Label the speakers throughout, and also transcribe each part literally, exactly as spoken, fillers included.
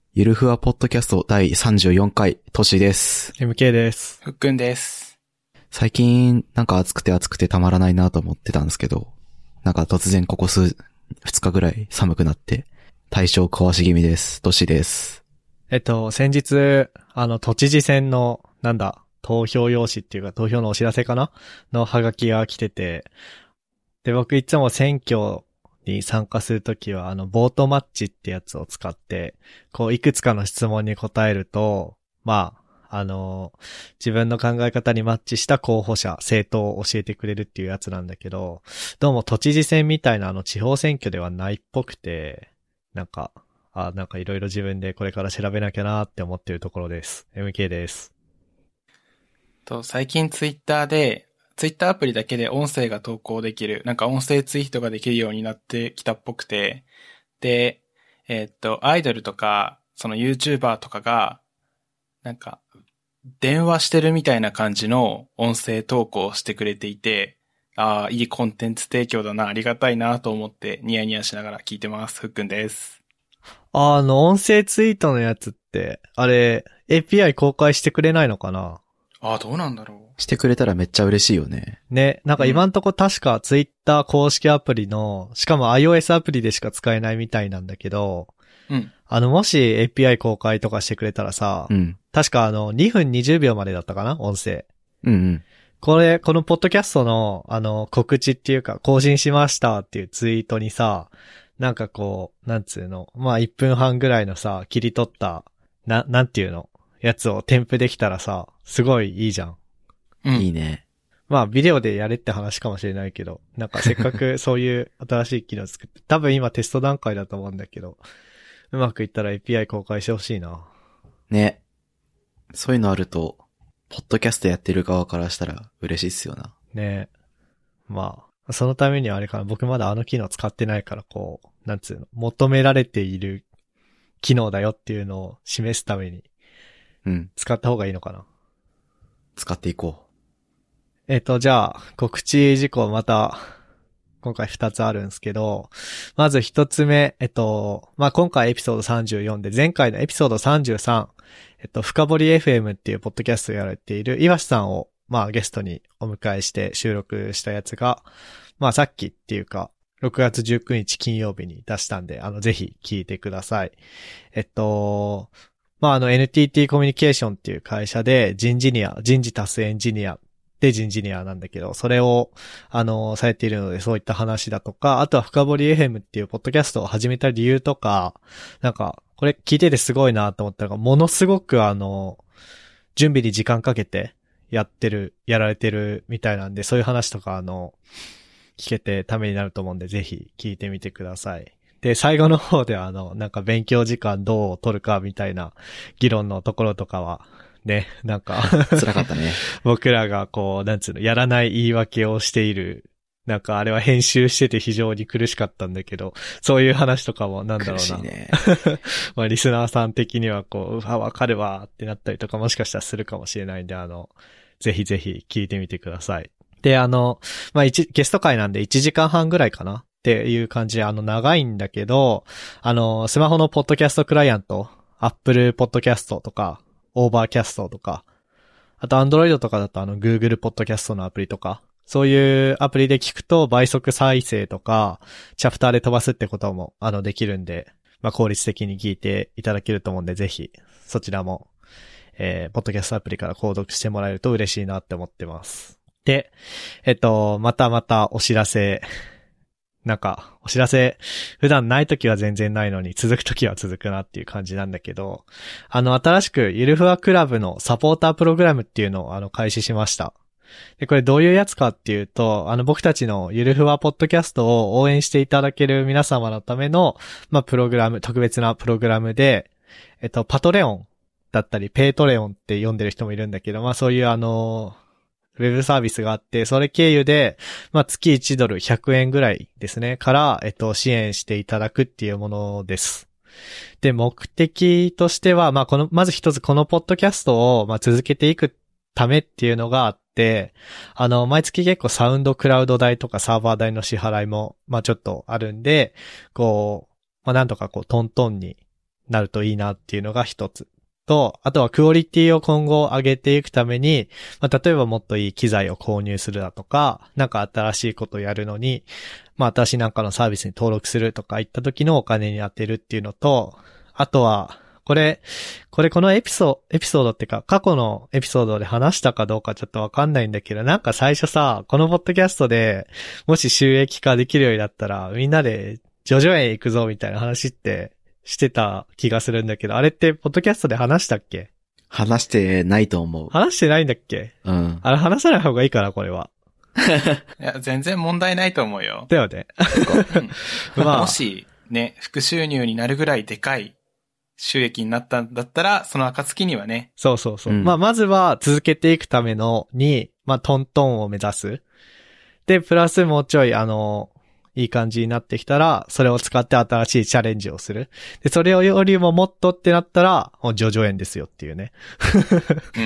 Speaker 1: ゆるふわポッドキャストだいさんじゅうよんかい、トシです。
Speaker 2: エムケー です。
Speaker 3: ふっくんです。
Speaker 1: 最近、なんか暑くて暑くてたまらないなと思ってたんですけど、なんか突然ここ数、ふつかぐらい寒くなって、体調壊し気味です。トシです。
Speaker 2: えっと、先日、あの、都知事選の、なんだ、投票用紙っていうか、投票のお知らせかなのハガキが来てて、で、僕いつも選挙に参加するときは、あの、ボートマッチってやつを使って、こう、いくつかの質問に答えると、まあ、あの、自分の考え方にマッチした候補者、政党を教えてくれるっていうやつなんだけど、どうも都知事選みたいなあの、地方選挙ではないっぽくて、なんか、あ、なんかいろいろ自分でこれから調べなきゃなーって思ってるところです。エムケー です。
Speaker 3: と、最近ツイッターで、ツイッターアプリだけで音声が投稿できる、なんか音声ツイートができるようになってきたっぽくて、で、えーっと、アイドルとか、その YouTuber とかが、なんか、電話してるみたいな感じの音声投稿をしてくれていて、ああ、いいコンテンツ提供だな、ありがたいなと思ってニヤニヤしながら聞いてます。ふっくんです。
Speaker 2: あ、あの、音声ツイートのやつって、あれ、エーピーアイ 公開してくれないのかな？
Speaker 3: ああ、どうなんだろう。
Speaker 1: してくれたらめっちゃ嬉しいよね。
Speaker 2: ね、なんか今んとこ確か Twitter 公式アプリの、しかも iOS アプリでしか使えないみたいなんだけど、
Speaker 3: うん。
Speaker 2: あの、もし エーピーアイ 公開とかしてくれたらさ、
Speaker 1: うん。
Speaker 2: 確かあの、にふんにじゅうびょうまでだったかな？音声。
Speaker 1: うんうん。
Speaker 2: これ、このポッドキャストの、あの、告知っていうか、更新しましたっていうツイートにさ、なんかこう、なんつうの、まあ、いっぷんはんぐらいのさ、切り取った、な、なんていうの、やつを添付できたらさ、すごいいいじゃん。
Speaker 3: うん。
Speaker 1: いいね。
Speaker 2: まあ、ビデオでやれって話かもしれないけど、なんかせっかくそういう新しい機能作って、多分今テスト段階だと思うんだけど、うまくいったら エーピーアイ 公開してほしいな。
Speaker 1: ね。そういうのあると、ポッドキャストやってる側からしたら嬉しいっすよな。
Speaker 2: ねえ。まあ、そのためにはあれかな、僕まだあの機能使ってないから、こう、なんつうの、求められている機能だよっていうのを示すために、
Speaker 1: うん。
Speaker 2: 使った方がいいのかな。
Speaker 1: 使っていこ
Speaker 2: えっと、じゃあ、告知事項また、今回二つあるんですけど、まず一つ目、えっと、まあ、今回エピソードさんじゅうよんで、前回のエピソードさんじゅうさん、えっと、深掘り エフエム っていうポッドキャストをやられている岩瀬さんを、まあ、ゲストにお迎えして収録したやつが、まあ、さっきっていうか、ろくがつじゅうくにち金曜日に出したんで、あの、ぜひ聞いてください。えっと、まあ、あの、エヌティーティー コミュニケーションっていう会社で人事ニア、人事タスエンジニアで人事ニアなんだけど、それを、あの、されているので、そういった話だとか、あとは深掘り エフエム っていうポッドキャストを始めた理由とか、なんか、これ聞いててすごいなと思ったのが、ものすごくあの、準備に時間かけてやってる、やられてるみたいなんで、そういう話とかあの、聞けてためになると思うんで、ぜひ聞いてみてください。で、最後の方ではあの、なんか勉強時間どう取るかみたいな議論のところとかは、ね、なんか
Speaker 1: う。辛かったね。
Speaker 2: 僕らがこう、なんつうの、やらない言い訳をしている。なんかあれは編集してて非常に苦しかったんだけど、そういう話とかもなんだろうな。
Speaker 1: 苦しいね。
Speaker 2: まあリスナーさん的にはこう、あ、わかるわってなったりとかもしかしたらするかもしれないんで、あの、ぜひぜひ聞いてみてください。で、あの、まあ一、ゲスト会なんでいちじかんはんぐらいかなっていう感じで、あの、長いんだけど、あの、スマホのポッドキャストクライアント、Apple Podcast とか、Overcast とか、あと Android とかだとあの Google Podcast のアプリとか、そういうアプリで聞くと倍速再生とか、チャプターで飛ばすってこともあのできるんで、まあ効率的に聞いていただけると思うんで、ぜひそちらも、えー、ポッドキャストアプリから購読してもらえると嬉しいなって思ってます。で、えっと、またまたお知らせ、なんか、お知らせ、普段ない時は全然ないのに、続く時は続くなっていう感じなんだけど、あの、新しく、ゆるふわクラブのサポータープログラムっていうのを、あの、開始しました。で、これどういうやつかっていうと、あの、僕たちのゆるふわポッドキャストを応援していただける皆様のための、まあ、プログラム、特別なプログラムで、えっと、パトレオンだったり、ペイトレオンって読んでる人もいるんだけど、まあ、そういうあの、ウェブサービスがあって、それ経由で、まあ、月いちドルひゃくえんぐらいですね、から、えっと、支援していただくっていうものです。で、目的としては、まあ、この、まず一つこのポッドキャストを、まあ、続けていくためっていうのがあって、あの、毎月結構サウンドクラウド代とかサーバー代の支払いも、まあ、ちょっとあるんで、こう、まあ、なんとかこう、トントンになるといいなっていうのが一つ。と、あとはクオリティを今後上げていくために、まあ、例えばもっといい機材を購入するだとか、なんか新しいことをやるのに、まあ私なんかのサービスに登録するとかいった時のお金に当てるっていうのと、あとは、これ、これこのエピソード、エピソードってか過去のエピソードで話したかどうかちょっとわかんないんだけど、なんか最初さ、このポッドキャストでもし収益化できるようになったら、みんなでジョジョ園行くぞみたいな話ってしてた気がするんだけど、あれってポッドキャストで話したっけ？
Speaker 1: 話してないと思う。
Speaker 2: 話してないんだっけ？
Speaker 1: うん。
Speaker 2: あれ話さない方がいいかな、これは。
Speaker 3: いや、全然問題ないと思うよ。
Speaker 2: だよね。
Speaker 3: うん、まあ、もし、ね、副収入になるぐらいでかい収益になったんだったら、その暁にはね。
Speaker 2: そうそうそう。
Speaker 1: うん、
Speaker 2: まあ、まずは続けていくためのに、まあ、トントンを目指す。で、プラスもうちょい、あの、いい感じになってきたら、それを使って新しいチャレンジをする。で、それをよりももっとってなったら、もうジョジョ園ですよっていうね。
Speaker 3: うんうん、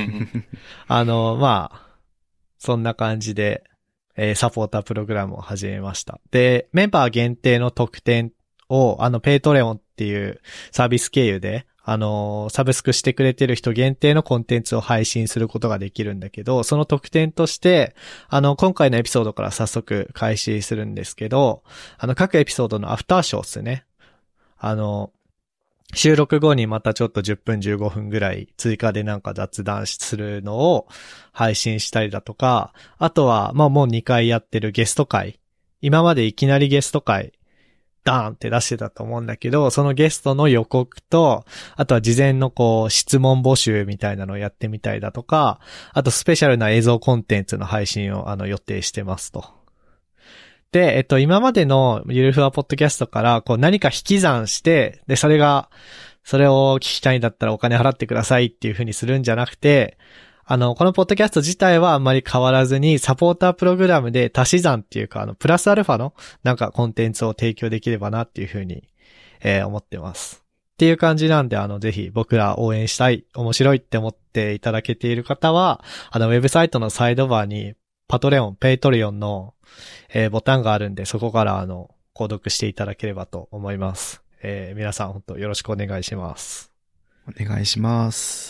Speaker 2: あの、まあ、そんな感じで、えー、サポータープログラムを始めました。で、メンバー限定の特典を、あの、ペイトレオンっていうサービス経由で、あのー、サブスクしてくれてる人限定のコンテンツを配信することができるんだけど、その特典として、あの、今回のエピソードから早速開始するんですけど、あの、各エピソードのアフターショーですね。あの、収録後にまたちょっとじゅっぷんじゅうごふんぐらい追加でなんか雑談するのを配信したりだとか、あとは、まあもうにかいやってるゲスト会。今までいきなりゲスト会、ダーンって出してたと思うんだけど、そのゲストの予告と、あとは事前のこう質問募集みたいなのをやってみたりだとか、あとスペシャルな映像コンテンツの配信をあの予定してますと。で、えっと、今までのゆるふわポッドキャストからこう何か引き算して、で、それが、それを聞きたいんだったらお金払ってくださいっていう風にするんじゃなくて、あの、このポッドキャスト自体はあんまり変わらずに、サポータープログラムで足し算っていうか、あの、プラスアルファのなんかコンテンツを提供できればなっていう風に、えー、思ってます。っていう感じなんで、あの、ぜひ僕ら応援したい、面白いって思っていただけている方は、あの、ウェブサイトのサイドバーに、パトレオン、ペイトリオンの、えー、ボタンがあるんで、そこからあの、購読していただければと思います。えー、皆さん本当よろしくお願いします。
Speaker 1: お願いします。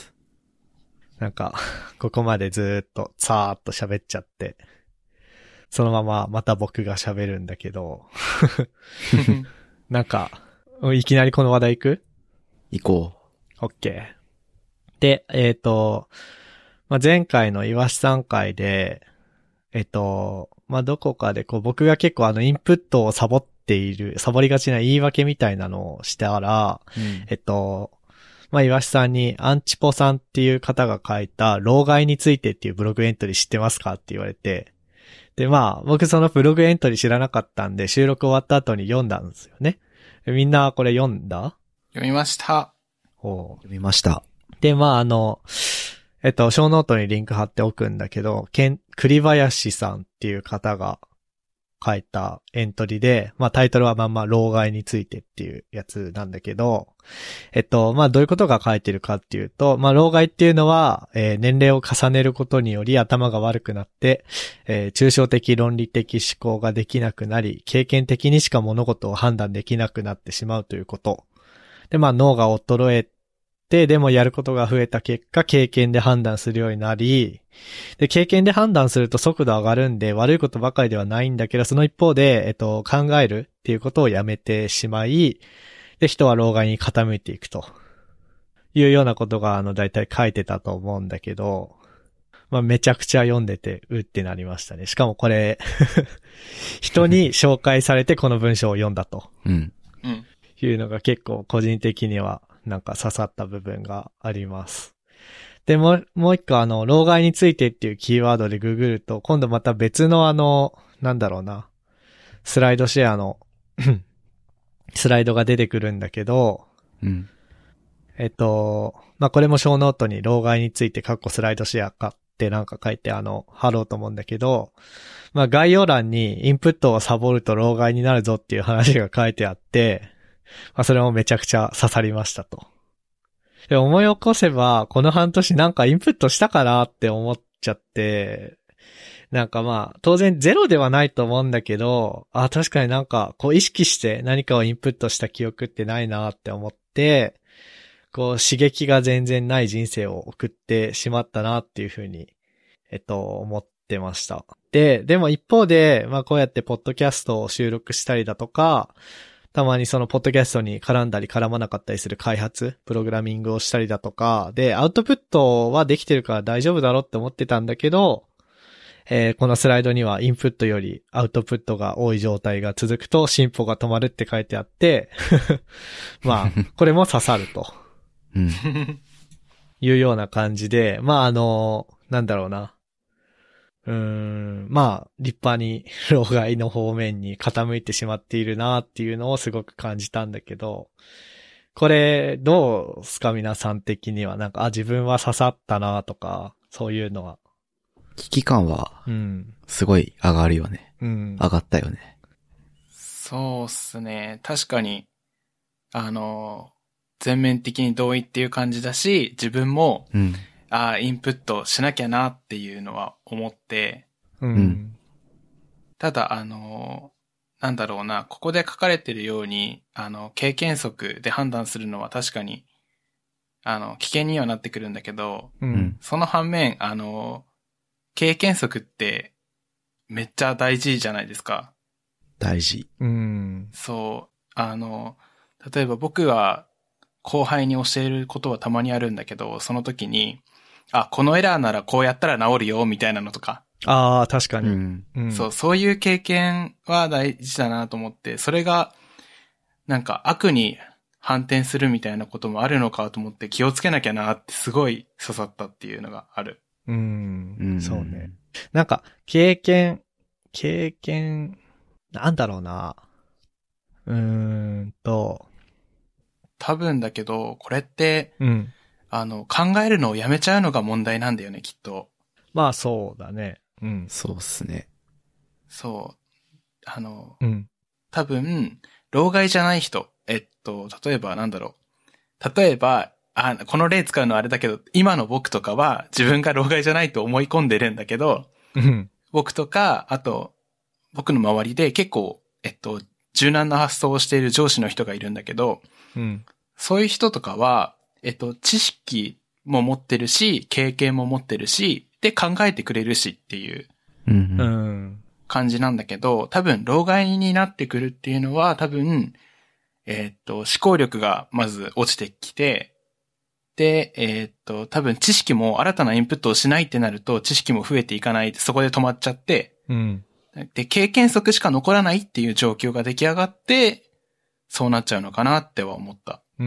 Speaker 2: なんか、ここまでずーっと、さーっと喋っちゃって、そのまままた僕が喋るんだけど、なんか、いきなりこの話題行く？
Speaker 1: 行こ
Speaker 2: う。オッケー。で、えっと、まあ、前回の岩しさん回で、えっと、まあ、どこかでこう僕が結構あのインプットをサボっている、サボりがちな言い訳みたいなのをしたら、
Speaker 1: う。うん、
Speaker 2: えっと、まあ、岩しさんにアンチポさんっていう方が書いた老害についてっていうブログエントリー知ってますかって言われて、で、まあ、僕そのブログエントリー知らなかったんで収録終わった後に読んだんですよね。みんなこれ読んだ？
Speaker 3: 読みました。
Speaker 2: お
Speaker 1: 読みました。
Speaker 2: で、まあ、あの、えっと、小ノートにリンク貼っておくんだけど、けん、栗林さんっていう方が書いたエントリーで、まあタイトルはまんま老害についてっていうやつなんだけど、えっと、まあどういうことが書いてるかっていうと、まあ老害っていうのは、えー、年齢を重ねることにより頭が悪くなって、えー、抽象的論理的思考ができなくなり、経験的にしか物事を判断できなくなってしまうということ。で、まあ脳が衰えで、でもやることが増えた結果、経験で判断するようになり、で、経験で判断すると速度上がるんで、悪いことばかりではないんだけど、その一方で、えっと、考えるっていうことをやめてしまい、で、人は老害に傾いていくというようなことが、あの、だいたい書いてたと思うんだけど、まあ、めちゃくちゃ読んでて、うってなりましたね。しかもこれ、人に紹介されてこの文章を読んだと。
Speaker 1: うん。
Speaker 2: いうのが結構個人的には、なんか刺さった部分があります。で、もう、もう一個あの、老害についてっていうキーワードでググると、今度また別のあの、なんだろうな、スライドシェアの、スライドが出てくるんだけど、
Speaker 1: うん。
Speaker 2: えっと、まあ、これも小ノートに老害についてカッコスライドシェアかってなんか書いてあの、貼ろうと思うんだけど、まあ、概要欄にインプットをサボると老害になるぞっていう話が書いてあって、まあ、それもめちゃくちゃ刺さりましたと。で、思い起こせば、この半年なんかインプットしたかなって思っちゃって、なんかまあ、当然ゼロではないと思うんだけど、あ、確かになんかこう意識して何かをインプットした記憶ってないなって思って、 こう刺激が全然ない人生を送ってしまったなっていうふうに、えっと、思ってました。で、でも一方で、まあこうやってポッドキャストを収録したりだとか、たまにそのポッドキャストに絡んだり絡まなかったりする開発、プログラミングをしたりだとか、で、アウトプットはできてるから大丈夫だろうって思ってたんだけど、えー、このスライドにはインプットよりアウトプットが多い状態が続くと進歩が止まるって書いてあって、まあ、これも刺さると。
Speaker 1: うん。
Speaker 2: いうような感じで、まああの、なんだろうな。うーん、まあ、立派に老害の方面に傾いてしまっているなっていうのをすごく感じたんだけど、これ、どうすか皆さん的には、なんか、あ、自分は刺さったなとか、そういうのは。
Speaker 1: 危機感は、
Speaker 2: うん。
Speaker 1: すごい上がるよね。
Speaker 2: うん。
Speaker 1: 上がったよね。
Speaker 3: そうっすね。確かに、あの、全面的に同意っていう感じだし、自分も、
Speaker 1: うん。
Speaker 3: ああ、インプットしなきゃなっていうのは思って、
Speaker 2: うん。
Speaker 1: うん、
Speaker 3: ただ、あの、なんだろうな、ここで書かれてるように、あの、経験則で判断するのは確かに、あの、危険にはなってくるんだけど、
Speaker 2: うん。
Speaker 3: その反面、あの、経験則ってめっちゃ大事じゃないですか。
Speaker 1: 大事。
Speaker 2: うん。
Speaker 3: そう、あの、例えば僕は後輩に教えることはたまにあるんだけど、その時に、あ、このエラーならこうやったら治るよ、みたいなのとか。
Speaker 2: ああ、確かに、
Speaker 1: うん
Speaker 2: うん。
Speaker 3: そう、そういう経験は大事だなと思って、それが、なんか悪に反転するみたいなこともあるのかと思って気をつけなきゃなってすごい刺さったっていうのがある。
Speaker 2: うん。
Speaker 1: うん。
Speaker 2: そうね。なんか、経験、経験、なんだろうな。うーんと。
Speaker 3: 多分だけど、これって、
Speaker 2: うん。
Speaker 3: あの、考えるのをやめちゃうのが問題なんだよね、きっと。
Speaker 2: まあそうだね。うん。
Speaker 1: そうっすね。
Speaker 3: そう。あの、
Speaker 2: うん。
Speaker 3: 多分、老害じゃない人。えっと、例えばなんだろう。例えば、あ、この例使うのはあれだけど、今の僕とかは自分が老害じゃないと思い込んでるんだけど、
Speaker 2: うん。
Speaker 3: 僕とか、あと、僕の周りで結構、えっと、柔軟な発想をしている上司の人がいるんだけど、
Speaker 2: うん。
Speaker 3: そういう人とかは、えっと、知識も持ってるし、経験も持ってるし、で考えてくれるしっていう
Speaker 1: うん。
Speaker 2: う
Speaker 1: うん。
Speaker 2: ん。
Speaker 3: 感じなんだけど、多分、老害になってくるっていうのは、多分、えっと、思考力がまず落ちてきて、で、えっと、多分知識も新たなインプットをしないってなると、知識も増えていかない、そこで止まっちゃって、
Speaker 2: うん。
Speaker 3: で、経験則しか残らないっていう状況が出来上がって、そうなっちゃうのかなっては思った。
Speaker 2: うん。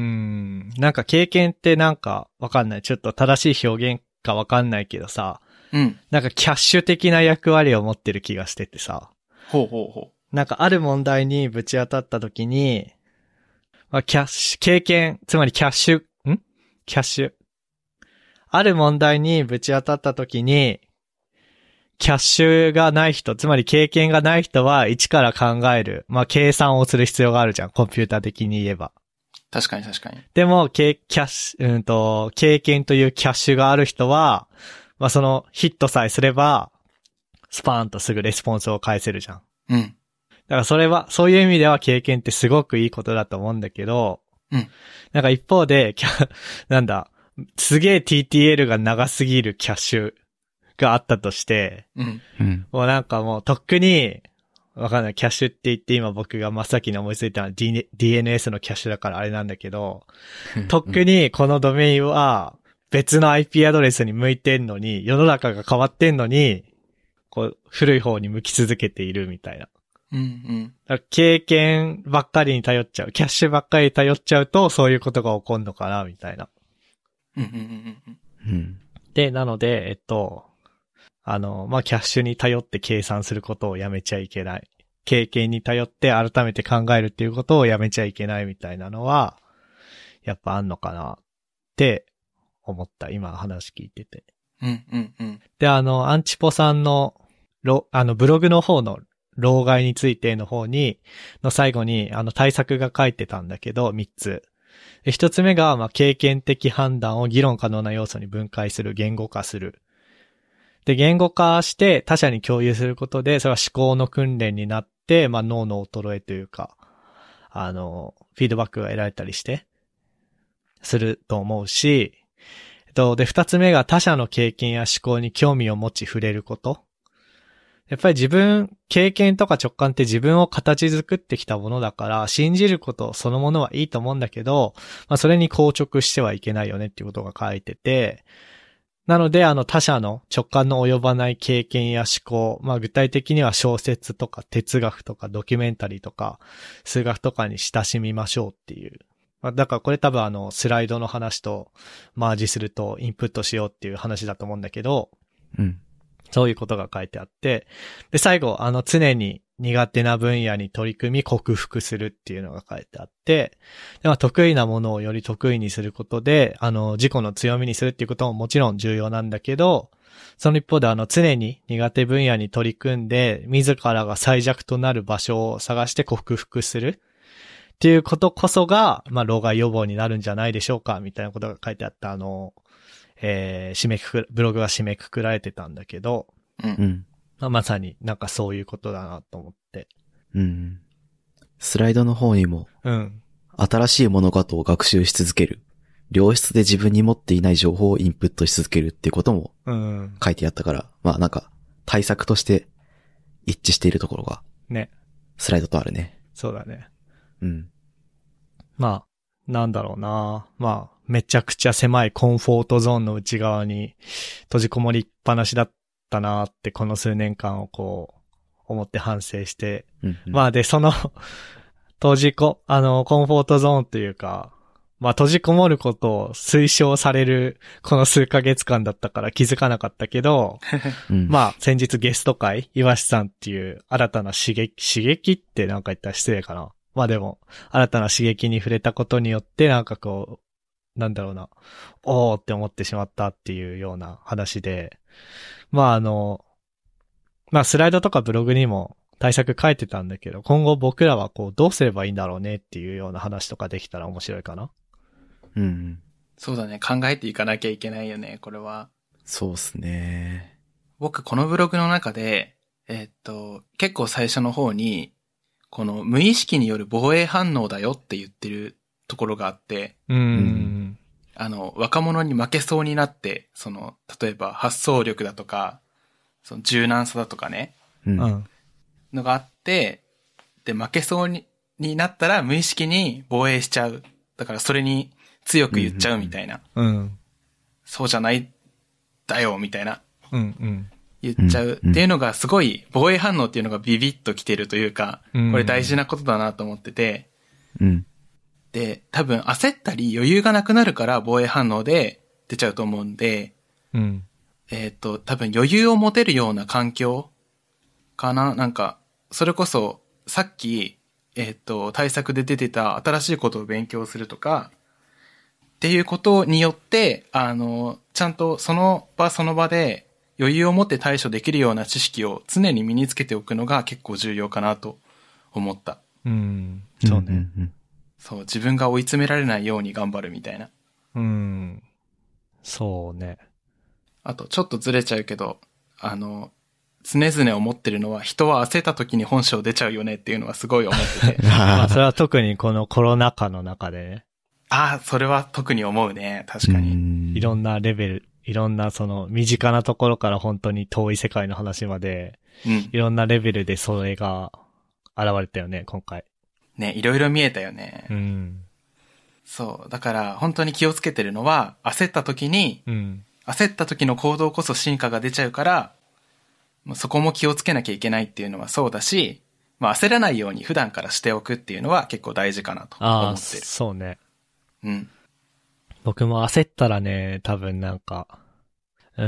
Speaker 2: なんか経験ってなんかわかんない。ちょっと正しい表現かわかんないけどさ、
Speaker 3: うん。
Speaker 2: なんかキャッシュ的な役割を持ってる気がしててさ、
Speaker 3: ほうほうほ
Speaker 2: なんかある問題にぶち当たった時に、まあ、キャッシュ、経験、つまりキャッシュ、んキャッシュ。ある問題にぶち当たった時に、キャッシュがない人、つまり経験がない人は一から考える。まあ、計算をする必要があるじゃん。コンピューター的に言えば。
Speaker 3: う。確かに確かに。
Speaker 2: でも、キャッシュ、うんと、経験というキャッシュがある人は、まあ、そのヒットさえすれば、スパーンとすぐレスポンスを返せるじゃん。
Speaker 3: うん。
Speaker 2: だからそれは、そういう意味では経験ってすごくいいことだと思うんだけど、
Speaker 3: うん。
Speaker 2: なんか一方で、キャ、なんだ、すげえ ティーティーエル が長すぎるキャッシュがあったとして、
Speaker 3: うん。
Speaker 1: うん。
Speaker 2: もうなんかもうとっくに、わかんない、キャッシュって言って今僕が真っ先に思いついたのは ディーエヌエス のキャッシュだからあれなんだけど、とっくにこのドメインは別の アイピー アドレスに向いてんのに、世の中が変わってんのに、こう、古い方に向き続けているみたいな。
Speaker 3: うん。うん。
Speaker 2: だから経験ばっかりに頼っちゃう。キャッシュばっかりに頼っちゃうと、そういうことが起こるのかな、みたいな。
Speaker 3: うん。うん。うん。
Speaker 1: うん。
Speaker 2: で、なので、えっと、あの、まあ、キャッシュに頼って計算することをやめちゃいけない。経験に頼って改めて考えるっていうことをやめちゃいけないみたいなのは、やっぱあんのかなって思った。今話聞いてて。
Speaker 3: うん。うん。うん。
Speaker 2: で、あの、アンチポさんの、ロ、あの、ブログの方の、老害についての方に、の最後に、あの、対策が書いてたんだけど、三つ。一つ目が、まあ、経験的判断を議論可能な要素に分解する、言語化する。で、言語化して他者に共有することで、それは思考の訓練になって、まあ、脳の衰えというか、あの、フィードバックが得られたりして。 すると思うし、えっと、で、二つ目が他者の経験や思考に興味を持ち触れること。やっぱり自分、経験とか直感って自分を形作ってきたものだから、信じることそのものはいいと思うんだけど、まあそれに硬直してはいけないよねっていうことが書いてて、なのであの他者の直感の及ばない経験や思考、まあ具体的には小説とか哲学とかドキュメンタリーとか数学とかに親しみましょうっていう。まあだからこれ多分あのスライドの話とマージするとインプットしようっていう話だと思うんだけど、
Speaker 1: うん。
Speaker 2: そういうことが書いてあって、で、最後、あの、常に苦手な分野に取り組み克服するっていうのが書いてあって、でまあ、得意なものをより得意にすることで、あの、自己の強みにするっていうことももちろん重要なんだけど、その一方であの、常に苦手分野に取り組んで、自らが最弱となる場所を探して克服するっていうことこそが、まあ、老害予防になるんじゃないでしょうか、みたいなことが書いてあった、あの、えー、締めくく、ブログが締めくくられてたんだけど、
Speaker 3: うん。
Speaker 1: うん。
Speaker 2: まあ、まさになんかそういうことだなと思って。
Speaker 1: うん。スライドの方にも、
Speaker 2: うん。
Speaker 1: 新しい物事を学習し続ける。良質で自分に持っていない情報をインプットし続けるっていうことも
Speaker 2: うん。
Speaker 1: 書いてあったから、まあなんか対策として一致しているところが、
Speaker 2: ね。
Speaker 1: スライドとあるね。
Speaker 2: そうだね。
Speaker 1: うん。
Speaker 2: まあ、なんだろうな。まあ、めちゃくちゃ狭いコンフォートゾーンの内側に閉じこもりっぱなしだったなって、この数年間をこう、思って反省して。
Speaker 1: うんうん、
Speaker 2: まあで、その、閉じこ、あの、コンフォートゾーンっていうか、まあ閉じこもることを推奨されるこの数ヶ月間だったから気づかなかったけど、
Speaker 1: うん、
Speaker 2: まあ先日ゲスト会、岩瀬さんっていう新たな刺激、刺激ってなんか言ったら失礼かな。まあでも、新たな刺激に触れたことによってなんかこう、なんだろうな、おーって思ってしまったっていうような話で、まああの、まあスライドとかブログにも対策書いてたんだけど、今後僕らはこうどうすればいいんだろうねっていうような話とかできたら面白いかな。
Speaker 1: うんうん。
Speaker 3: そうだね。考えていかなきゃいけないよね、これは。
Speaker 1: そうっすね。
Speaker 3: 僕、このブログの中で、えーっと、結構最初の方に、この無意識による防衛反応だよって言ってるところがあって、
Speaker 2: うーん。
Speaker 3: あの、若者に負けそうになって、その、例えば発想力だとか、その柔軟さだとかね、
Speaker 1: うん。
Speaker 2: うん。
Speaker 3: のがあって、で、負けそうに、になったら無意識に防衛しちゃう。だからそれに強く言っちゃうみたいな。
Speaker 2: うん。
Speaker 3: そうじゃないだよ、みたいな。
Speaker 2: うん。うん。
Speaker 3: 言っちゃうっていうのがすごい防衛反応っていうのがビビッときてるというか、
Speaker 2: うん
Speaker 3: これ大事なことだなと思ってて、
Speaker 1: うん。
Speaker 3: で、多分焦ったり余裕がなくなるから防衛反応で出ちゃうと思うんで、
Speaker 2: うん。
Speaker 3: えっと、多分余裕を持てるような環境かななんか、それこそさっき、えっと、対策で出てた新しいことを勉強するとか、っていうことによって、あの、ちゃんとその場その場で余裕を持って対処できるような知識を常に身につけておくのが結構重要かなと思った。
Speaker 2: うん。そうね。
Speaker 1: うんうん
Speaker 3: そう、自分が追い詰められないように頑張るみたいな。
Speaker 2: うん。そうね。
Speaker 3: あと、ちょっとずれちゃうけど、あの、常々思ってるのは人は焦った時に本性出ちゃうよねっていうのはすごい思ってて。
Speaker 2: まあそれは特にこのコロナ禍の中でね、
Speaker 3: ああ、それは特に思うね。確かに。
Speaker 1: に
Speaker 2: いろんなレベル、いろんなその身近なところから本当に遠い世界の話まで、
Speaker 3: うん。
Speaker 2: いろんなレベルでそれが現れたよね、今回。
Speaker 3: ね、いろいろ見えたよね。
Speaker 2: うん。
Speaker 3: そう。だから本当に気をつけてるのは、焦った時に、
Speaker 2: うん。
Speaker 3: 焦った時の行動こそ進化が出ちゃうから、もうそこも気をつけなきゃいけないっていうのはそうだし、まあ焦らないように普段からしておくっていうのは結構大事かなと
Speaker 2: ああ、
Speaker 3: 思ってる。
Speaker 2: そうね。
Speaker 3: うん。
Speaker 2: 僕も焦ったらね、多分なんか、うー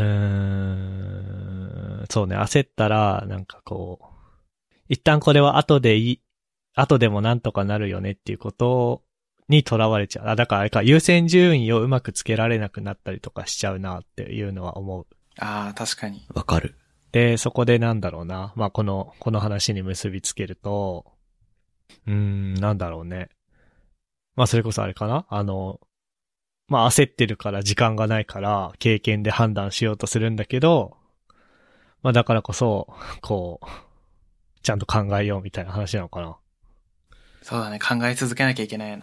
Speaker 2: ん、そうね、焦ったら、なんかこう、一旦これは後でいい、後でもなんとかなるよねっていうことにとらわれちゃう。あ、だからあれか、優先順位をうまくつけられなくなったりとかしちゃうなっていうのは思う。
Speaker 3: ああ、確かに。
Speaker 1: わかる。
Speaker 2: で、そこでなんだろうな。まあ、この、この話に結びつけると、うーん、なんだろうね。まあ、それこそあれかなあの、まあ、焦ってるから時間がないから経験で判断しようとするんだけど、まあ、だからこそ、こう、ちゃんと考えようみたいな話なのかな。
Speaker 3: そうだね。考え続けなきゃいけないな。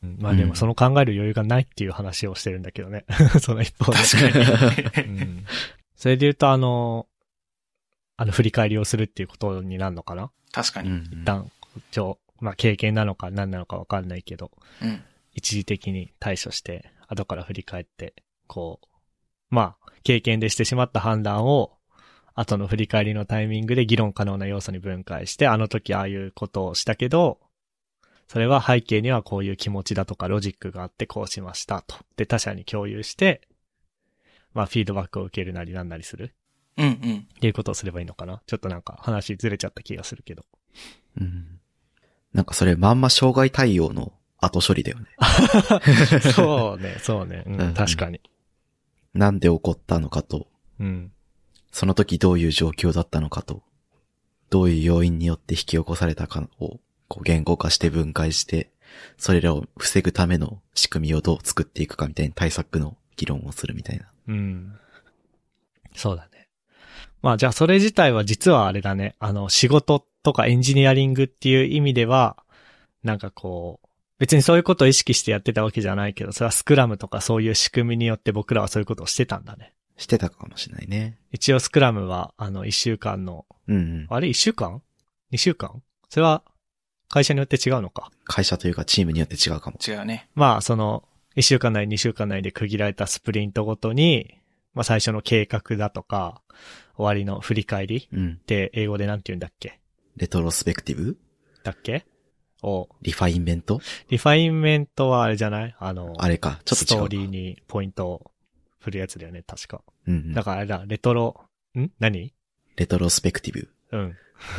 Speaker 2: うんまあでもその考える余裕がないっていう話をしてるんだけどね。その一方で。
Speaker 3: 確かに。
Speaker 2: うん。それで言うとあの、あの振り返りをするっていうことになるのかな？
Speaker 3: 確かに。
Speaker 1: うん
Speaker 2: 一旦、ちょ、まあ経験なのか何なのかわかんないけど、
Speaker 3: うん。
Speaker 2: 一時的に対処して、後から振り返って、こう、まあ、経験でしてしまった判断を、後の振り返りのタイミングで議論可能な要素に分解して、あの時ああいうことをしたけど、それは背景にはこういう気持ちだとかロジックがあってこうしましたと。で、他者に共有して、まあ、フィードバックを受けるなりなんなりする。
Speaker 3: うんうん。
Speaker 2: っていうことをすればいいのかな。ちょっとなんか話ずれちゃった気がするけど。
Speaker 1: うん。なんかそれまんま障害対応の後処理だよね。
Speaker 2: そうね、そうね。うん、
Speaker 1: うん
Speaker 2: 確かに。
Speaker 1: なんで起こったのかと、
Speaker 2: うん。
Speaker 1: その時どういう状況だったのかと、どういう要因によって引き起こされたかをこう言語化して分解して、それらを防ぐための仕組みをどう作っていくかみたいな対策の議論をするみたいな。
Speaker 2: うん。そうだね。まあじゃあそれ自体は実はあれだね。あの仕事とかエンジニアリングっていう意味では、なんかこう、別にそういうことを意識してやってたわけじゃないけど、それはスクラムとかそういう仕組みによって僕らはそういうことをしてたんだね。
Speaker 1: してたかもしれないね。
Speaker 2: 一応スクラムは、あの、一週間の、
Speaker 1: うんうん。
Speaker 2: あれ一週間二週間それは会社によって違うのか。
Speaker 1: 会社というかチームによって違うかも。
Speaker 3: 違うね。
Speaker 2: まあ、その、一週間内、二週間内で区切られたスプリントごとに、まあ最初の計画だとか、終わりの振り返り
Speaker 1: うん。
Speaker 2: って英語でなんて言うんだっけ
Speaker 1: レトロスペクティブ？
Speaker 2: だっけを、
Speaker 1: リファインメント？
Speaker 2: リファインメントはあれじゃないあの、
Speaker 1: あれか、ちょっと違うか。
Speaker 2: ストーリーにポイントを振るやつだよね、確か。
Speaker 1: うんうん。
Speaker 2: だからあれだ、レトロ、ん何
Speaker 1: レトロスペクティブ。
Speaker 2: うん。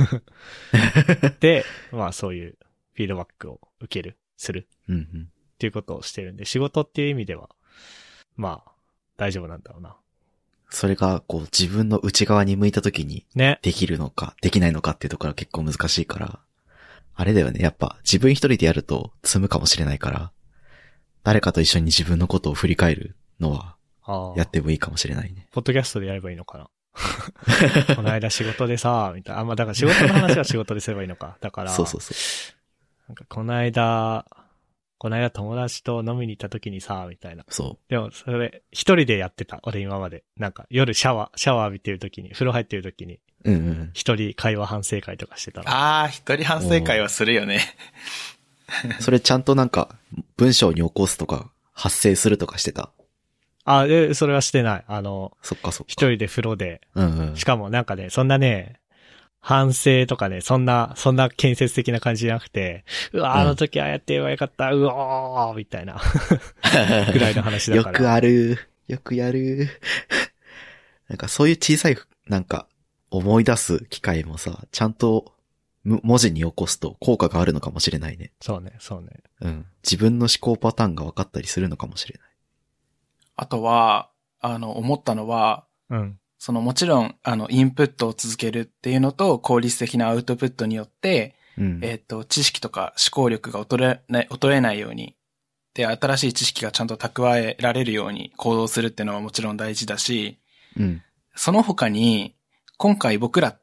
Speaker 2: で、まあそういうフィードバックを受ける、する
Speaker 1: うんうん。
Speaker 2: っていうことをしてるんで、仕事っていう意味では、まあ、大丈夫なんだろうな。
Speaker 1: それが、こう、自分の内側に向いた時に、
Speaker 2: ね。
Speaker 1: できるのか、できないのかっていうところは結構難しいから、あれだよね、やっぱ、自分一人でやると積むかもしれないから、誰かと一緒に自分のことを振り返るのは、
Speaker 2: ああ。
Speaker 1: やってもいいかもしれないね。
Speaker 2: ポッドキャストでやればいいのかな。この間仕事でさ、みたいな。あ、まあだから仕事の話は仕事ですればいいのか。だから、
Speaker 1: そうそうそう。
Speaker 2: なんかこの間、この間友達と飲みに行った時にさ、みたいな。
Speaker 1: そ
Speaker 2: でも、それ、一人でやってた。俺今まで。なんか、夜シャワー、シャワー浴びてる時に、風呂入ってる時に、
Speaker 1: う。うんうん。
Speaker 2: 一人会話反省会とかしてたの。
Speaker 3: あー、一人反省会はするよね。
Speaker 1: それちゃんとなんか、文章に起こすとか、発生するとかしてた。
Speaker 2: あ、え、それはしてない。あの、
Speaker 1: そっかそっか。
Speaker 2: 一人で風呂で。
Speaker 1: うんうん。
Speaker 2: しかもなんかね、そんなね、反省とかね、そんな、そんな建設的な感じじゃなくて、うわ、あの時ああやって言えばよかった、うおーみたいな、ぐらいの話だから。
Speaker 1: よくある。よくやる。なんかそういう小さい、なんか、思い出す機会もさ、ちゃんと、文字に起こすと効果があるのかもしれないね。
Speaker 2: そうね、そうね。
Speaker 1: うん。自分の思考パターンが分かったりするのかもしれない。
Speaker 3: あとは、あの、思ったのは、
Speaker 2: うん。
Speaker 3: そのもちろん、あの、インプットを続けるっていうのと、効率的なアウトプットによって、
Speaker 1: うん。
Speaker 3: えっと、知識とか思考力が衰えない、衰えないように、で、新しい知識がちゃんと蓄えられるように行動するっていうのはもちろん大事だし、
Speaker 1: うん。
Speaker 3: その他に、今回僕らって、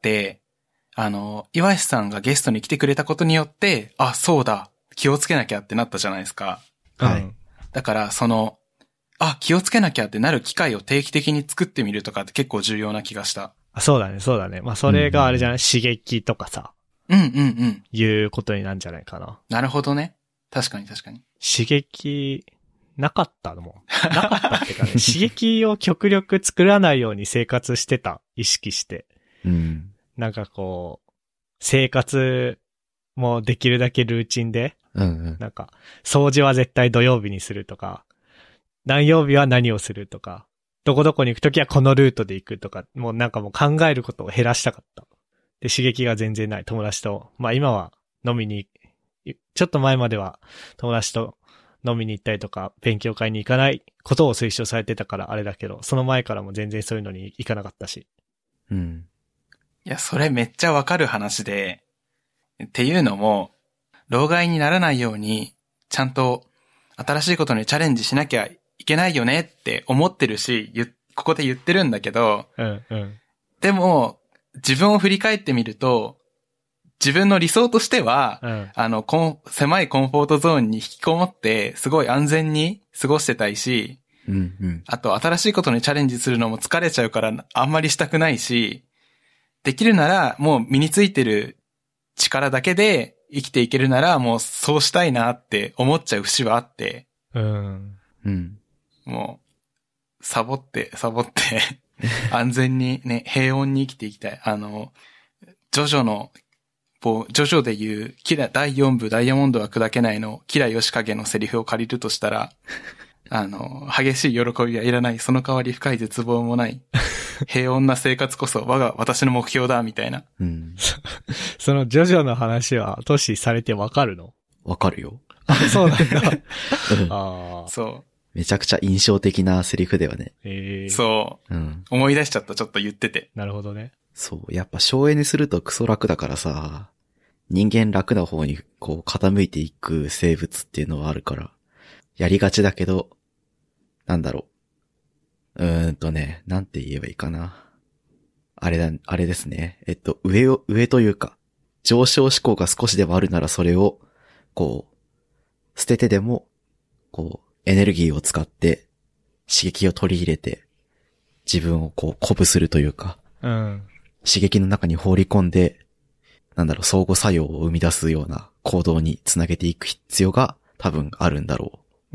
Speaker 3: あの、岩石さんがゲストに来てくれたことによって、あ、そうだ、気をつけなきゃってなったじゃないですか。
Speaker 1: はい。
Speaker 2: うん、
Speaker 3: だから、その、あ、気をつけなきゃってなる機会を定期的に作ってみるとかって結構重要な気がした。
Speaker 2: あ、そうだね、そうだね。まあ、それがあれじゃない、うん、刺激とかさ。
Speaker 3: うんうんうん。
Speaker 2: いうことになるんじゃないかな。
Speaker 3: なるほどね。確かに確かに。
Speaker 2: 刺激、なかったのも。なかったっていうかね、刺激を極力作らないように生活してた。意識して。
Speaker 1: うん。
Speaker 2: なんかこう、生活もできるだけルーチンで、
Speaker 1: うんうん、
Speaker 2: なんか、掃除は絶対土曜日にするとか、何曜日は何をするとか、どこどこに行くときはこのルートで行くとか、もうなんかもう考えることを減らしたかった。で、刺激が全然ない友達と、まあ今は飲みに、ちょっと前までは友達と飲みに行ったりとか、勉強会に行かないことを推奨されてたからあれだけど、その前からも全然そういうのに行かなかったし。
Speaker 1: うん。
Speaker 3: いや、それめっちゃわかる話で、っていうのも、老害にならないように、ちゃんと新しいことにチャレンジしなきゃいけないよねって思ってるし、ここで言ってるんだけど、
Speaker 2: うんうん。
Speaker 3: でも、自分を振り返ってみると、 自分の理想としては、
Speaker 2: うん。
Speaker 3: あの、コン狭いコンフォートゾーンに引きこもって、すごい安全に過ごしてたいし、
Speaker 1: うんうん。
Speaker 3: あと新しいことにチャレンジするのも疲れちゃうからあんまりしたくないし、できるならもう身についてる力だけで生きていけるならもうそうしたいなって思っちゃう節はあって、
Speaker 2: うん。
Speaker 1: うん。も
Speaker 3: う、サボって、サボって安全にね、平穏に生きていきたい。あの、ジョジョの、ジョジョで言う、キラ、だいよん部ダイヤモンドは砕けないの、キラヨシカゲのセリフを借りるとしたら、あの、激しい喜びはいらない、その代わり深い絶望もない、平穏な生活こそ我が私の目標だ、みたいな。
Speaker 1: うん。
Speaker 2: そのジョジョの話は、トシされてわかるの？
Speaker 1: わかるよ。
Speaker 2: あ、そうなんだ。
Speaker 3: ああ。そう。
Speaker 1: めちゃくちゃ印象的なセリフだよね。
Speaker 2: えー、
Speaker 3: そう。うん。思い出しちゃった、ちょっと言ってて。
Speaker 2: なるほどね。
Speaker 1: そう。やっぱ省エネするとクソ楽だからさ、人間楽な方にこう傾いていく生物っていうのはあるから、やりがちだけど、なんだろう。うーんとね、なんて言えばいいかな。あれだ、あれですね。えっと、上を、上というか、上昇志向が少しでもあるならそれを、こう、捨ててでも、こう、エネルギーを使って刺激を取り入れて自分をこう鼓舞するというか、
Speaker 2: うん、
Speaker 1: 刺激の中に放り込んで、なんだろう、相互作用を生み出すような行動につなげていく必要が多分あるんだろう、うん、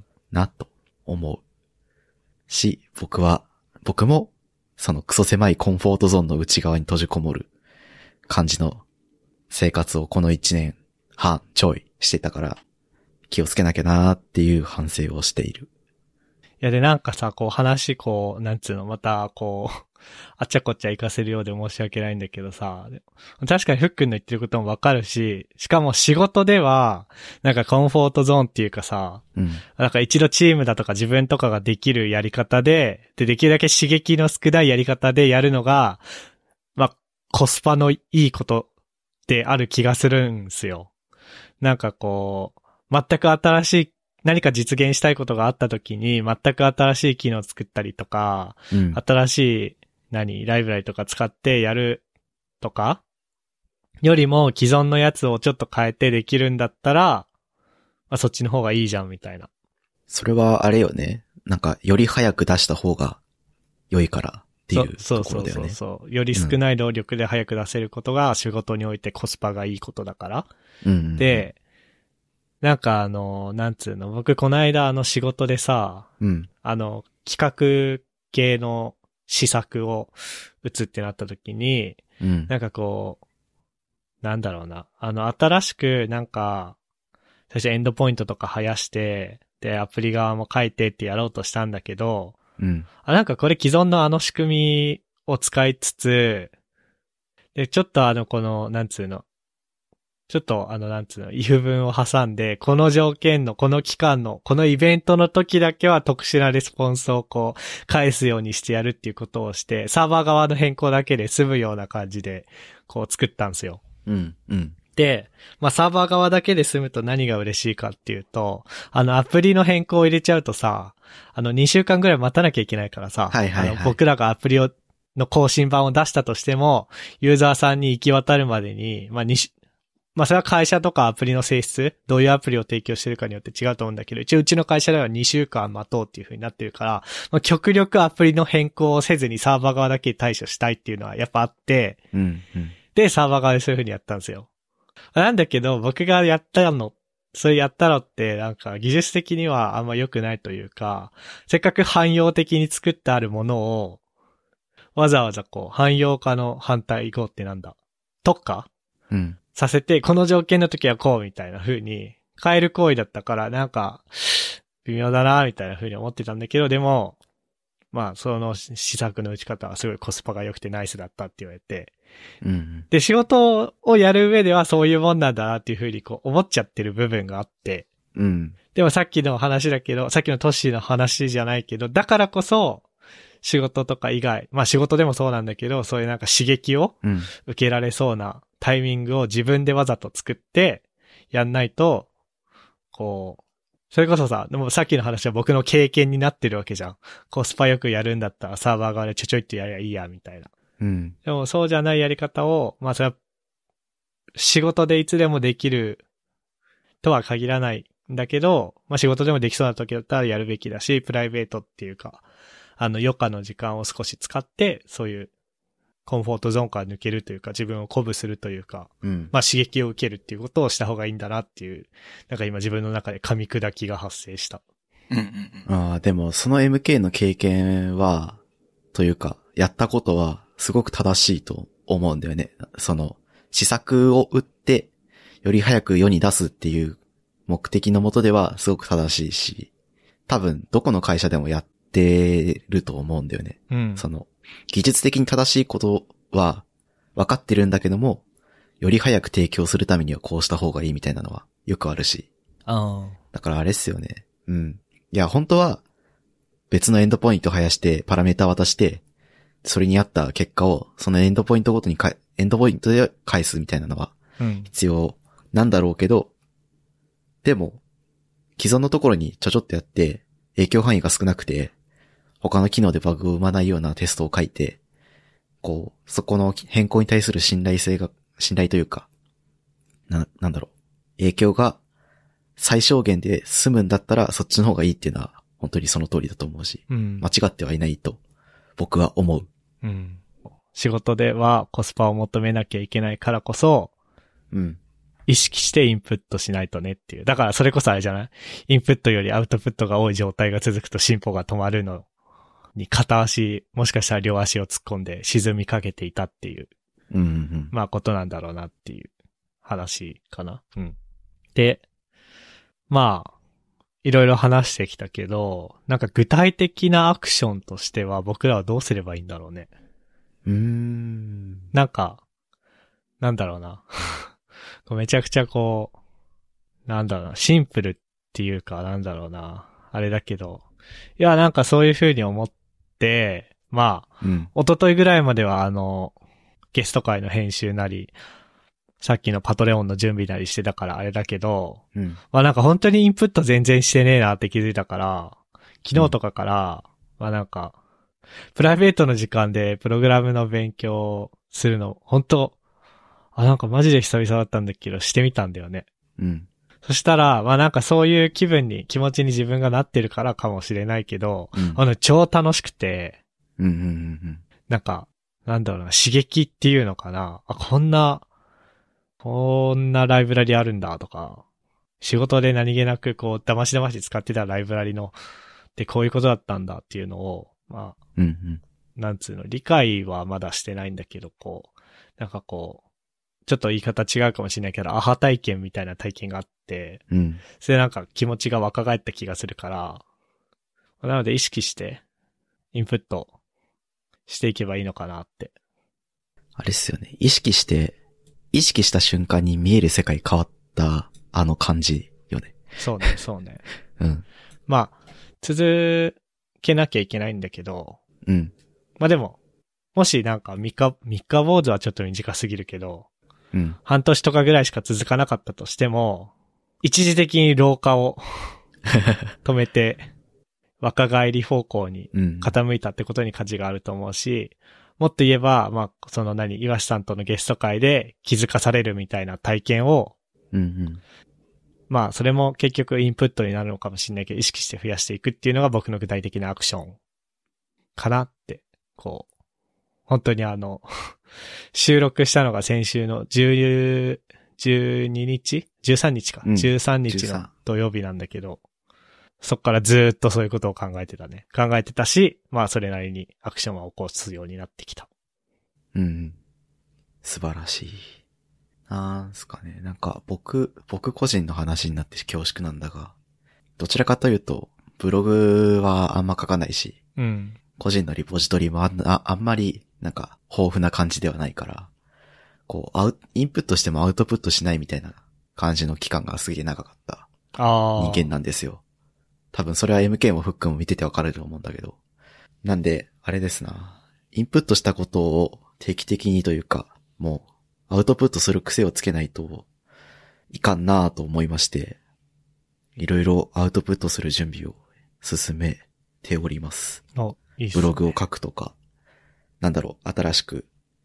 Speaker 1: なと思うし、僕は、僕もそのクソ狭いコンフォートゾーンの内側に閉じこもる感じの生活をこの一年半ちょいしてたから、気をつけなきゃなーっていう反省をしている。
Speaker 2: いやでなんかさ、こう話こう、なんつうの、またこう、あっちゃこっちゃ行かせるようで申し訳ないんだけどさ、確かにふっくんの言ってることもわかるし、しかも仕事では、なんかコンフォートゾーンっていうかさ、うん、なんか一度チームだとか自分とかができるやり方で、で、できるだけ刺激の少ないやり方でやるのが、まあ、コスパのいいことである気がするんすよ。なんかこう、全く新しい、何か実現したいことがあった時に、全く新しい機能を作ったりとか、うん、新しい、何、ライブラリとか使ってやるとか、よりも既存のやつをちょっと変えてできるんだったら、まあ、そっちの方がいいじゃんみたいな。
Speaker 1: それはあれよね。なんか、より早く出した方が良いからっていうところだよね。
Speaker 2: そうそうそうそう。より少ない労力で早く出せることが仕事においてコスパがいいことだから。うんうんうん、で、なんかあの、なんつうの、僕この間あの仕事でさ、うん、あの、企画系の施策を打つってなった時に、うん、なんかこう、なんだろうな、あの、新しくなんか、最初エンドポイントとか生やして、で、アプリ側も書いてってやろうとしたんだけど、うん、あ、なんかこれ既存のあの仕組みを使いつつ、で、ちょっとあの、この、なんつうの、ちょっとあのなんつうの、if 文を挟んで、この条件の、この期間の、このイベントの時だけは特殊なレスポンスをこう、返すようにしてやるっていうことをして、サーバー側の変更だけで済むような感じで、こう作ったんですよ。うん、うん。で、まあサーバー側だけで済むと何が嬉しいかっていうと、あのアプリの変更を入れちゃうとさ、あのにしゅうかんぐらい待たなきゃいけないからさ、はいはいはい、あの僕らがアプリを、の更新版を出したとしても、ユーザーさんに行き渡るまでに、まあにし、まあそれは会社とかアプリの性質、どういうアプリを提供してるかによって違うと思うんだけど、一応うちの会社ではにしゅうかん待とうっていう風になってるから、まあ、極力アプリの変更をせずにサーバー側だけ対処したいっていうのはやっぱあって、うんうん、で、サーバー側でそういう風にやったんですよ。なんだけど、僕がやったの、それやったのってなんか技術的にはあんま良くないというか、せっかく汎用的に作ってあるものを、わざわざこう、汎用化の反対語ってなんだ特化うん。させて、この条件の時はこうみたいな風に変える行為だったから、なんか、微妙だなみたいな風に思ってたんだけど、でも、まあ、その施策の打ち方はすごいコスパが良くてナイスだったって言われて、うん、で、仕事をやる上ではそういうもんなんだなっていう風にこう思っちゃってる部分があって、うん。でもさっきの話だけど、さっきのトッシーの話じゃないけど、だからこそ、仕事とか以外、まあ仕事でもそうなんだけど、そういうなんか刺激を受けられそうなタイミングを自分でわざと作ってやんないと、こう、それこそさ、でもさっきの話は僕の経験になってるわけじゃん。コスパよくやるんだったらサーバー側でちょちょいってやりゃいいや、みたいな。うん。でもそうじゃないやり方を、まあそれは仕事でいつでもできるとは限らないんだけど、まあ仕事でもできそうな時だったらやるべきだし、プライベートっていうか、あの余暇の時間を少し使って、そういうコンフォートゾーンから抜けるというか、自分を鼓舞するというか、
Speaker 1: うん。
Speaker 2: まあ刺激を受けるっていうことをした方がいいんだなっていう、なんか今自分の中で噛み砕きが発生した。
Speaker 3: うんうんうん。
Speaker 1: ああ、でもその エムケー の経験は、というか、やったことはすごく正しいと思うんだよね。その、施策を打って、より早く世に出すっていう目的のもとではすごく正しいし、多分どこの会社でもやってると思うんだよね。
Speaker 2: うん。
Speaker 1: その、技術的に正しいことは分かってるんだけども、より早く提供するためにはこうした方がいいみたいなのはよくあるし。
Speaker 2: ああ。
Speaker 1: だからあれっすよね。うん。いや、本当は別のエンドポイントを生やしてパラメータ渡して、それに合った結果をそのエンドポイントごとにかエンドポイントで返すみたいなのは
Speaker 2: うん。
Speaker 1: 必要なんだろうけど、でも、既存のところにちょちょっとやって、影響範囲が少なくて、他の機能でバグを生まないようなテストを書いて、こう、そこの変更に対する信頼性が、信頼というか、な、なんだろう、影響が最小限で済むんだったらそっちの方がいいっていうのは本当にその通りだと思うし、
Speaker 2: うん。
Speaker 1: 間違ってはいないと僕は思う。
Speaker 2: うん。仕事ではコスパを求めなきゃいけないからこそ、
Speaker 1: うん。
Speaker 2: 意識してインプットしないとねっていう。だからそれこそあれじゃない？インプットよりアウトプットが多い状態が続くと進歩が止まるのに片足、もしかしたら両足を突っ込んで沈みかけていたっていう、
Speaker 1: うんうんうん。
Speaker 2: まあことなんだろうなっていう話かな。うん。で、まあ、いろいろ話してきたけど、なんか具体的なアクションとしては僕らはどうすればいいんだろうね。
Speaker 1: うーん。
Speaker 2: なんか、なんだろうな。めちゃくちゃこう、なんだろうな、シンプルっていうか、なんだろうな、あれだけど、いや、なんかそういう風に思って、まあ、
Speaker 1: うん。
Speaker 2: 一昨日ぐらいまではあの、ゲスト会の編集なり、さっきのパトレオンの準備なりしてたからあれだけど、
Speaker 1: うん。
Speaker 2: まあなんか本当にインプット全然してねえなって気づいたから、昨日とかから、まあなんか、プライベートの時間でプログラムの勉強するの、本当あ、なんかマジで久々だったんだけど、してみたんだよね。
Speaker 1: うん。
Speaker 2: そしたら、まあなんかそういう気分に、気持ちに自分がなってるからかもしれないけど、
Speaker 1: うん。
Speaker 2: あの、超楽しくて、
Speaker 1: うんうんうん
Speaker 2: なんか、なんだろうな、刺激っていうのかな。あ、こんな、こんなライブラリあるんだとか、仕事で何気なくこう、騙し騙し使ってたライブラリの、でこういうことだったんだっていうのを、まあ、
Speaker 1: うん。うんうん。
Speaker 2: なんつうの、理解はまだしてないんだけど、こう、なんかこう、ちょっと言い方違うかもしれないけど、アハ体験みたいな体験があって、
Speaker 1: うん。
Speaker 2: それなんか気持ちが若返った気がするから、なので意識して、インプットしていけばいいのかなって。
Speaker 1: あれっすよね。意識して、意識した瞬間に見える世界変わったあの感じよね。
Speaker 2: そうね、そうね。
Speaker 1: うん。
Speaker 2: まあ、続けなきゃいけないんだけど、
Speaker 1: うん。
Speaker 2: まあでも、もしなんか三日、三日坊主はちょっと短すぎるけど、
Speaker 1: うん。
Speaker 2: 半年とかぐらいしか続かなかったとしても、一時的に老化を止めて、若返り方向に
Speaker 1: うん。
Speaker 2: 傾いたってことに価値があると思うし、もっと言えば、まあ、その何、岩瀬さんとのゲスト会で気づかされるみたいな体験を、
Speaker 1: うんうん。
Speaker 2: まあ、それも結局インプットになるのかもしれないけど、意識して増やしていくっていうのが僕の具体的なアクションかなって、こう、本当にあの、収録したのが先週のじゅう、じゅうににち ?じゅうさんにちか、
Speaker 1: うん。
Speaker 2: じゅうさんにちの土曜日なんだけど、そっからずーっとそういうことを考えてたね。考えてたし、まあそれなりにアクションは起こすようになってきた。
Speaker 1: うん。素晴らしい。なんすかね。なんか僕、僕個人の話になって恐縮なんだが、どちらかというと、ブログはあんま書かないし、
Speaker 2: うん。
Speaker 1: 個人のリポジトリもあんああんまり、なんか、豊富な感じではないから、こう、アウ、インプットしてもアウトプットしないみたいな感じの期間がすげえ長かった
Speaker 2: ああ。
Speaker 1: 人間なんですよ。多分それは エムケー もフックも見ててわかると思うんだけど。なんで、あれですな。インプットしたことを定期的にというか、もう、アウトプットする癖をつけないといかんなぁと思いまして、いろいろアウトプットする準備を進めております。
Speaker 2: お、いいっすね。
Speaker 1: ブログを書くとか、なんだろう、新しく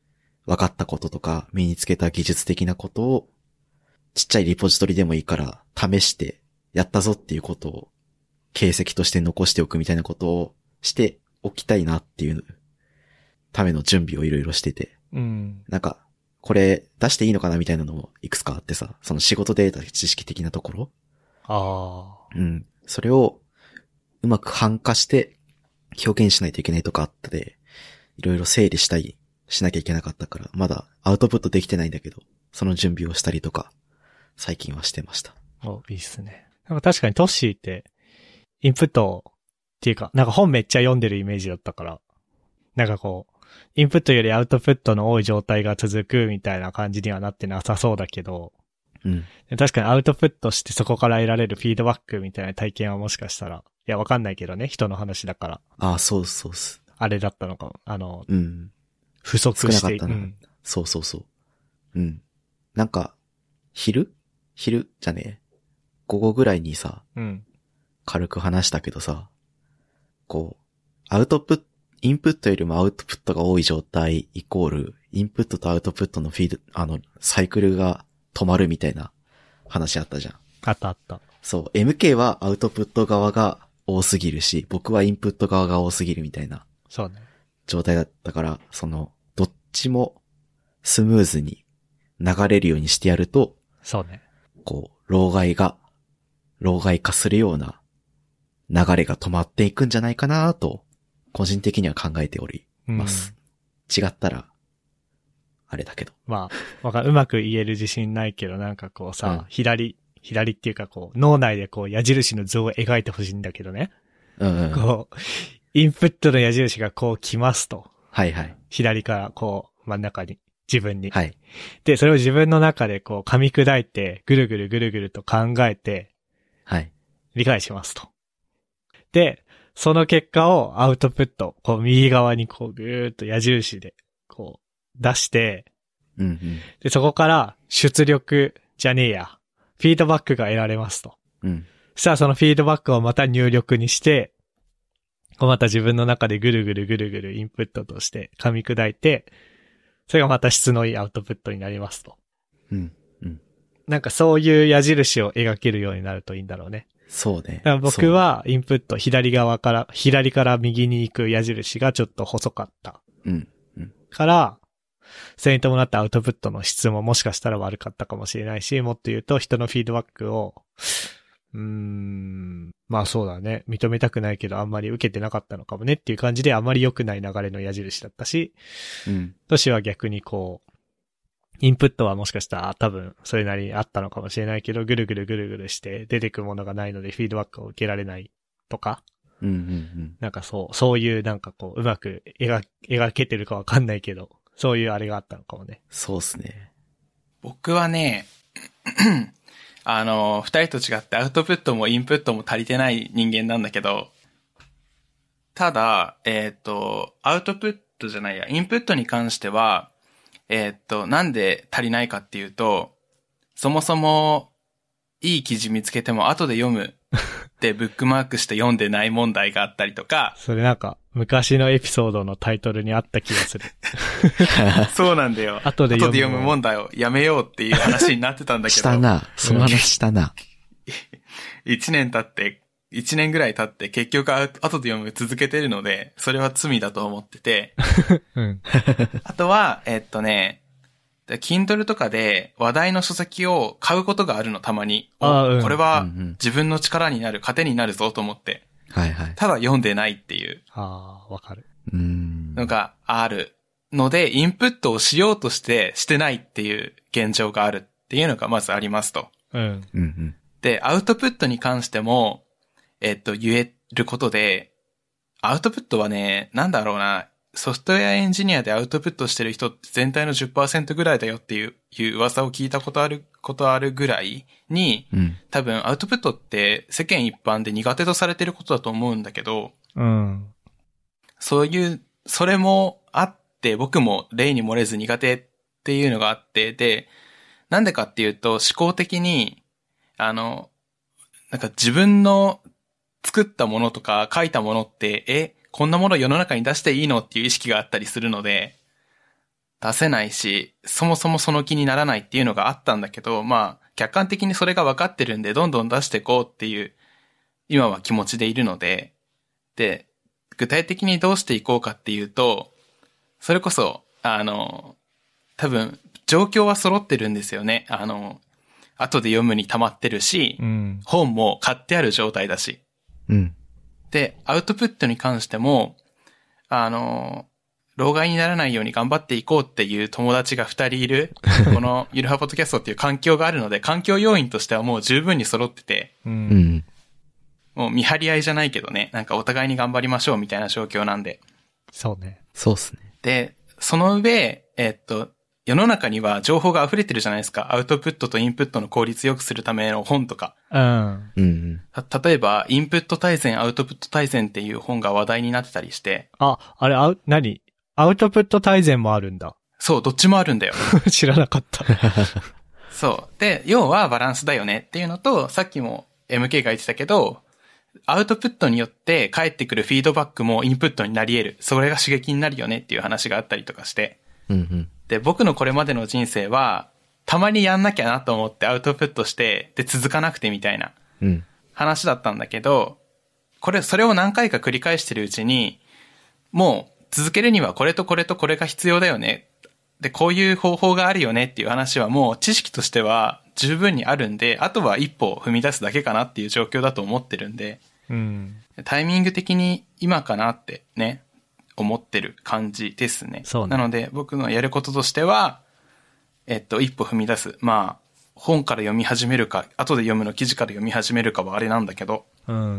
Speaker 1: 分かったこととか、身につけた技術的なことを、ちっちゃいリポジトリでもいいから試してやったぞっていうことを形跡として残しておくみたいなことをしておきたいなっていうための準備をいろいろしてて。
Speaker 2: うん。
Speaker 1: なんか、これ出していいのかなみたいなのもいくつかあってさ、その仕事で得た知識的なところ。
Speaker 2: ああ。
Speaker 1: うん。それをうまく反化して表現しないといけないとかあってで、いろいろ整理したりしなきゃいけなかったから、まだアウトプットできてないんだけど、その準備をしたりとか、最近はしてました。
Speaker 2: お、いいっすね。なんか確かにトッシーって、インプットっていうか、なんか本めっちゃ読んでるイメージだったから、なんかこう、インプットよりアウトプットの多い状態が続くみたいな感じにはなってなさそうだけど、
Speaker 1: うん。
Speaker 2: 確かにアウトプットしてそこから得られるフィードバックみたいな体験はもしかしたら、いやわかんないけどね、人の話だから。
Speaker 1: ああ、そうそうす。
Speaker 2: あれだったのかも。あの、
Speaker 1: うん。
Speaker 2: 不足して。
Speaker 1: 少なかったな。うん、そうそうそう。うん。なんか、昼昼じゃねえ。午後ぐらいにさ、
Speaker 2: うん。
Speaker 1: 軽く話したけどさ、こう、アウトプット、インプットよりもアウトプットが多い状態イコール、インプットとアウトプットのフィード、あの、サイクルが止まるみたいな話あったじゃん。
Speaker 2: あったあった。
Speaker 1: そう、エムケー はアウトプット側が多すぎるし、僕はインプット側が多すぎるみたいな。
Speaker 2: そうね。
Speaker 1: 状態だったから、その、どっちもスムーズに流れるようにしてやると、
Speaker 2: そうね。
Speaker 1: こう、老害が、老害化するような流れが止まっていくんじゃないかなと、個人的には考えております。うん、違ったら、あれだけど。
Speaker 2: まあ、わかる。うまく言える自信ないけど、なんかこうさ、うん、左、左っていうかこう、脳内でこう矢印の図を描いてほしいんだけどね。
Speaker 1: うんうん、
Speaker 2: こう、インプットの矢印がこう来ますと。
Speaker 1: はいはい。
Speaker 2: 左からこう、真ん中に。自分に。
Speaker 1: はい。
Speaker 2: で、それを自分の中でこう噛み砕いて、ぐるぐるぐるぐると考えて、
Speaker 1: はい。
Speaker 2: 理解しますと。で、その結果をアウトプット、こう右側にこうぐーっと矢印で、こう出して、
Speaker 1: うんうん。
Speaker 2: で、そこから出力じゃねえや、フィードバックが得られますと。
Speaker 1: うん。
Speaker 2: そしたらそのフィードバックをまた入力にして、こうまた自分の中でぐるぐるぐるぐるインプットとして噛み砕いて、それがまた質のいいアウトプットになりますと。
Speaker 1: うん。うん。
Speaker 2: なんかそういう矢印を描けるようになるといいんだろうね。
Speaker 1: そうね。
Speaker 2: だから僕はインプット左側から、左から右に行く矢印がちょっと細かった。
Speaker 1: うん。うん。
Speaker 2: から、それに伴ったアウトプットの質ももしかしたら悪かったかもしれないし、もっと言うと人のフィードバックを、うーん、まあそうだね。認めたくないけどあんまり受けてなかったのかもねっていう感じであまり良くない流れの矢印だったし、
Speaker 1: うん。
Speaker 2: トシは逆にこう、インプットはもしかしたら多分それなりにあったのかもしれないけど、ぐるぐるぐるぐるして出てくものがないのでフィードバックを受けられないとか、
Speaker 1: うんうんうん。
Speaker 2: なんかそう、そういうなんかこう、うまく描、描けてるかわかんないけど、そういうあれがあったのかもね。
Speaker 1: そうっすね。
Speaker 3: 僕はね、あの、二人と違ってアウトプットもインプットも足りてない人間なんだけど、ただ、えっと、アウトプットじゃないや、インプットに関しては、えっと、なんで足りないかっていうと、そもそも、いい記事見つけても後で読むってブックマークして読んでない問題があったりとか。
Speaker 2: それなんか、昔のエピソードのタイトルにあった気がする。
Speaker 3: そうなんだよ。
Speaker 2: 後で読む。
Speaker 3: 後で読む問題をやめようっていう話になってたんだけど。
Speaker 1: したな。その話したな。
Speaker 3: 一年経って、一年ぐらい経って結局後で読む続けてるので、それは罪だと思ってて。
Speaker 2: うん、
Speaker 3: あとは、えっとね、Kindle とかで話題の書籍を買うことがあるの、たまに。
Speaker 2: あ、うん、
Speaker 3: これは自分の力になる、糧になるぞと思って。
Speaker 1: はいはい。
Speaker 3: ただ読んでないっていう。
Speaker 2: ああ、わかる。
Speaker 1: うーん。
Speaker 3: のがあるので、インプットをしようとしてしてないっていう現状があるっていうのがまずありますと。
Speaker 2: うん。うん
Speaker 1: うん。
Speaker 3: で、アウトプットに関しても、えっと、言えることで、アウトプットはね、なんだろうな、ソフトウェアエンジニアでアウトプットしてる人って全体の じゅっパーセント ぐらいだよっていう、いう噂を聞いたことある、ことあるぐらいに、
Speaker 1: うん、
Speaker 3: 多分アウトプットって世間一般で苦手とされてることだと思うんだけど、
Speaker 2: うん。
Speaker 3: そういう、それもあって、僕も例に漏れず苦手っていうのがあって、で、なんでかっていうと思考的に、あの、なんか自分の作ったものとか書いたものって、え、こんなもの世の中に出していいのっていう意識があったりするので、 出せないし、そもそもその気にならないっていうのがあったんだけど、まあ、客観的にそれが分かってるんで、どんどん出していこうっていう、今は気持ちでいるので、で、具体的にどうしていこうかっていうと、それこそ、あの、多分、状況は揃ってるんですよね。あの、後で読むに溜まってるし、
Speaker 2: うん、
Speaker 3: 本も買ってある状態だし。
Speaker 1: うん。
Speaker 3: で、アウトプットに関しても、あの、老害にならないように頑張っていこうっていう友達が二人いる、このゆるはポッドキャストっていう環境があるので、環境要因としてはもう十分に揃ってて、
Speaker 2: う。
Speaker 1: うんん。
Speaker 3: もう見張り合いじゃないけどね、なんかお互いに頑張りましょうみたいな状況なんで。
Speaker 2: そうね。
Speaker 1: そうっすね。
Speaker 3: で、その上、えっと、世の中には情報が溢れてるじゃないですか。アウトプットとインプットの効率よくするための本とか。
Speaker 2: うん。
Speaker 1: うん。
Speaker 3: た例えば、インプット大全、アウトプット大全っていう本が話題になってたりして。
Speaker 2: あ、あれ、アウ、何アウトプット大全もあるんだ。
Speaker 3: そう、どっちもあるんだよ。
Speaker 2: 知らなかった。
Speaker 3: そう。で、要はバランスだよねっていうのと、さっきも エムケー が言ってたけど、アウトプットによって返ってくるフィードバックもインプットになり得る。それが刺激になるよねっていう話があったりとかして。
Speaker 1: うんうん。
Speaker 3: で、僕のこれまでの人生は、たまにやんなきゃなと思ってアウトプットして、で、続かなくてみたいな
Speaker 1: うん。
Speaker 3: 話だったんだけど、これ、それを何回か繰り返してるうちに、もう続けるにはこれとこれとこれが必要だよね。で、こういう方法があるよねっていう話はもう知識としては十分にあるんで、あとは一歩踏み出すだけかなっていう状況だと思ってるんで、
Speaker 2: うん。
Speaker 3: タイミング的に今かなってね、思ってる感じですね。
Speaker 2: そうね。
Speaker 3: なので僕のやることとしては、えっと、一歩踏み出す。まあ、本から読み始めるか、後で読むの記事から読み始めるかはあれなんだけど。
Speaker 2: うん。
Speaker 1: うん。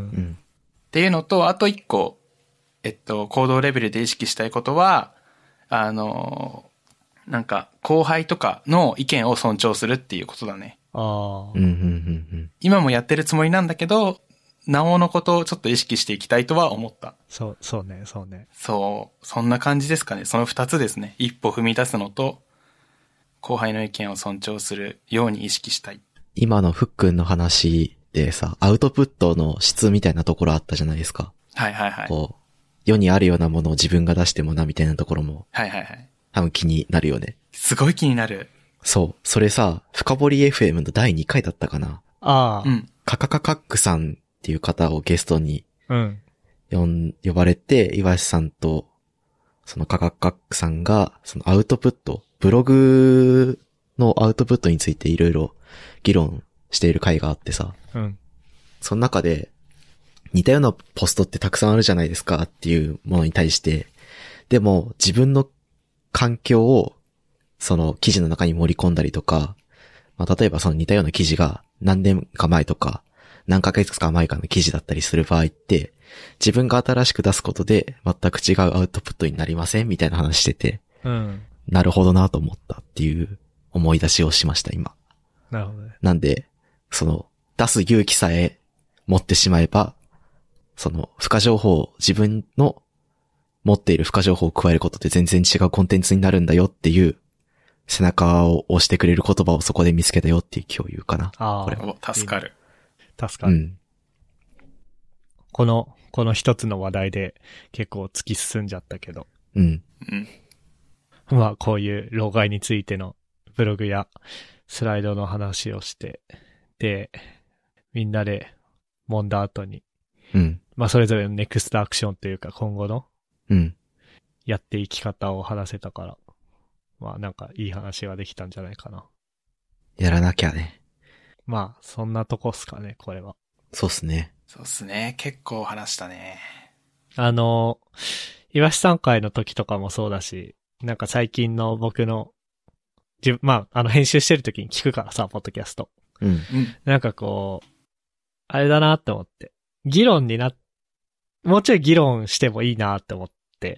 Speaker 3: っていうのと、あと一個、えっと、行動レベルで意識したいことは、あの、なんか、後輩とかの意見を尊重するっていうことだね。
Speaker 2: ああ。
Speaker 1: うんうんうんうん。
Speaker 3: 今もやってるつもりなんだけど、なおのことをちょっと意識していきたいとは思った。
Speaker 2: そう、そうね、そうね。
Speaker 3: そう、そんな感じですかね。その二つですね。一歩踏み出すのと、後輩の意見を尊重するように意識したい。
Speaker 1: 今のふっくんの話でさ、アウトプットの質みたいなところあったじゃないですか。
Speaker 3: はいはいはい。
Speaker 1: こう、世にあるようなものを自分が出してもなみたいなところも
Speaker 3: はいはいはい。
Speaker 1: 多分気になるよね。
Speaker 3: すごい気になる。
Speaker 1: そう。それさ、深掘り エフエム のだいにかいだったかな。
Speaker 2: ああ。
Speaker 3: うん。
Speaker 1: カカカカックさんっていう方をゲストに
Speaker 2: うん。
Speaker 1: 呼ん、呼ばれて、岩橋さんと、そのカカカックさんが、そのアウトプット、ブログのアウトプットについていろいろ議論している回があってさ、
Speaker 2: うん。
Speaker 1: その中で、似たようなポストってたくさんあるじゃないですかっていうものに対して、でも自分の環境をその記事の中に盛り込んだりとか、まあ、例えばその似たような記事が何年か前とか何ヶ月か前かの記事だったりする場合って、自分が新しく出すことで全く違うアウトプットになりませんみたいな話してて、
Speaker 2: うん。
Speaker 1: なるほどなと思ったっていう思い出しをしました今。
Speaker 2: なるほどね。
Speaker 1: なんで、その出す勇気さえ持ってしまえば、その、付加情報、自分の持っている付加情報を加えることで全然違うコンテンツになるんだよっていう、背中を押してくれる言葉をそこで見つけたよっていう共有かな。
Speaker 2: ああ。
Speaker 1: これ
Speaker 3: お、助かる。
Speaker 2: 助かる。
Speaker 1: うん。
Speaker 2: この、この一つの話題で結構突き進んじゃったけど。
Speaker 1: うん。
Speaker 3: うん。
Speaker 2: まあ、こういう老害についてのブログやスライドの話をして、で、みんなで揉んだ後に、
Speaker 1: うん。
Speaker 2: まあ、それぞれのネクストアクションというか今後の
Speaker 1: うん。
Speaker 2: やっていき方を話せたから、まあなんかいい話ができたんじゃないかな。
Speaker 1: やらなきゃね。
Speaker 2: まあ、そんなとこっすかね、これは。
Speaker 1: そうっすね。
Speaker 3: そうっすね。結構話したね。
Speaker 2: あの、岩下さん会の時とかもそうだし、なんか最近の僕の、自分、まあ、あの編集してる時に聞くからさ、ポッドキャスト。
Speaker 1: うん。
Speaker 3: うん。
Speaker 2: なんかこう、あれだなって思って。議論になっ、もうちょい議論してもいいなって思って。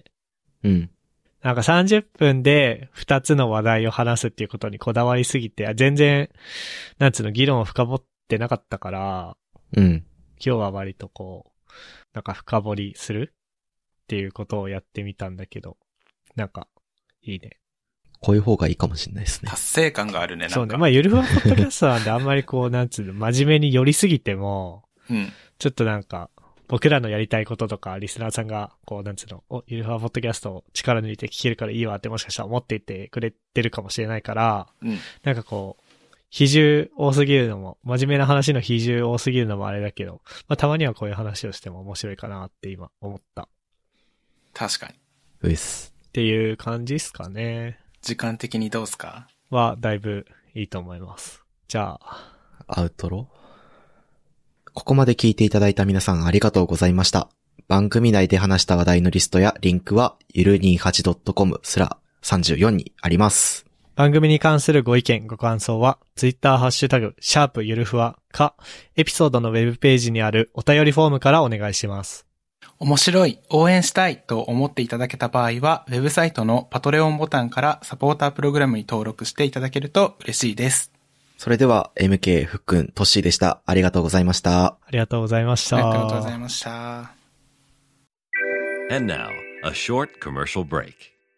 Speaker 1: うん。
Speaker 2: なんかさんじゅっぷんでふたつの話題を話すっていうことにこだわりすぎて、全然、なんつうの、議論を深掘ってなかったから、
Speaker 1: うん。
Speaker 2: 今日は割とこう、なんか深掘りするっていうことをやってみたんだけど、なんか、いいね。
Speaker 1: こういう方がいいかもしれないですね。
Speaker 3: 達成感があるね、なんか。
Speaker 2: そうね。まあ、ゆるふわポッドキャストなんであんまりこう、なんつうの、真面目に寄りすぎても、
Speaker 3: うん。
Speaker 2: ちょっとなんか、 僕らのやりたいこととか、リスナーさんが、こう、なんつうの、お、ゆるふわポッドキャストを力抜いて聞けるからいいわってもしかしたら思っていてくれてるかもしれないから、
Speaker 3: うん、
Speaker 2: なんかこう、比重多すぎるのも、真面目な話の比重多すぎるのもあれだけど、まあ、たまにはこういう話をしても面白いかなって今思った。
Speaker 3: 確かに。
Speaker 1: ういっす。
Speaker 2: っていう感じっすかね。
Speaker 3: 時間的にどうすか？
Speaker 2: は、だいぶいいと思います。じゃあ。
Speaker 1: アウトロ？ここまで聞いていただいた皆さんありがとうございました。番組内で話した話題のリストやリンクはゆる にじゅうはちドットコム スラさんじゅうよんにあります。
Speaker 2: 番組に関するご意見ご感想はツイッターハッシュタグシャープゆるふわかエピソードのウェブページにあるお便りフォームからお願いします。
Speaker 3: 面白い、応援したいと思っていただけた場合はウェブサイトのパトレオンボタンからサポータープログラムに登録していただけると嬉しいです。
Speaker 1: それでは エムケー ふっくんトッシーでした。ありがとうございました。
Speaker 2: ありがとうございました。
Speaker 3: ありがとうございました。
Speaker 4: And now, a short commercial break.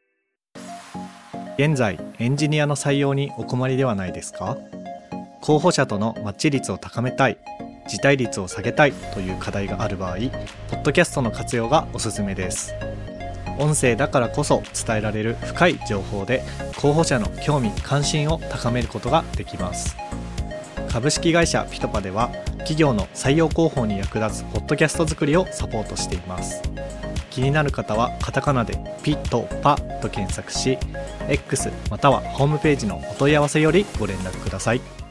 Speaker 2: 現在エンジニアの採用にお困りではないですか？候補者とのマッチ率を高めたい、辞退率を下げたいという課題がある場合、ポッドキャストの活用がおすすめです。音声だからこそ伝えられる深い情報で候補者の興味関心を高めることができます。株式会社ピトパでは企業の採用広報に役立つポッドキャスト作りをサポートしています。気になる方はカタカナでピトパと検索し、 X またはホームページのお問い合わせよりご連絡ください。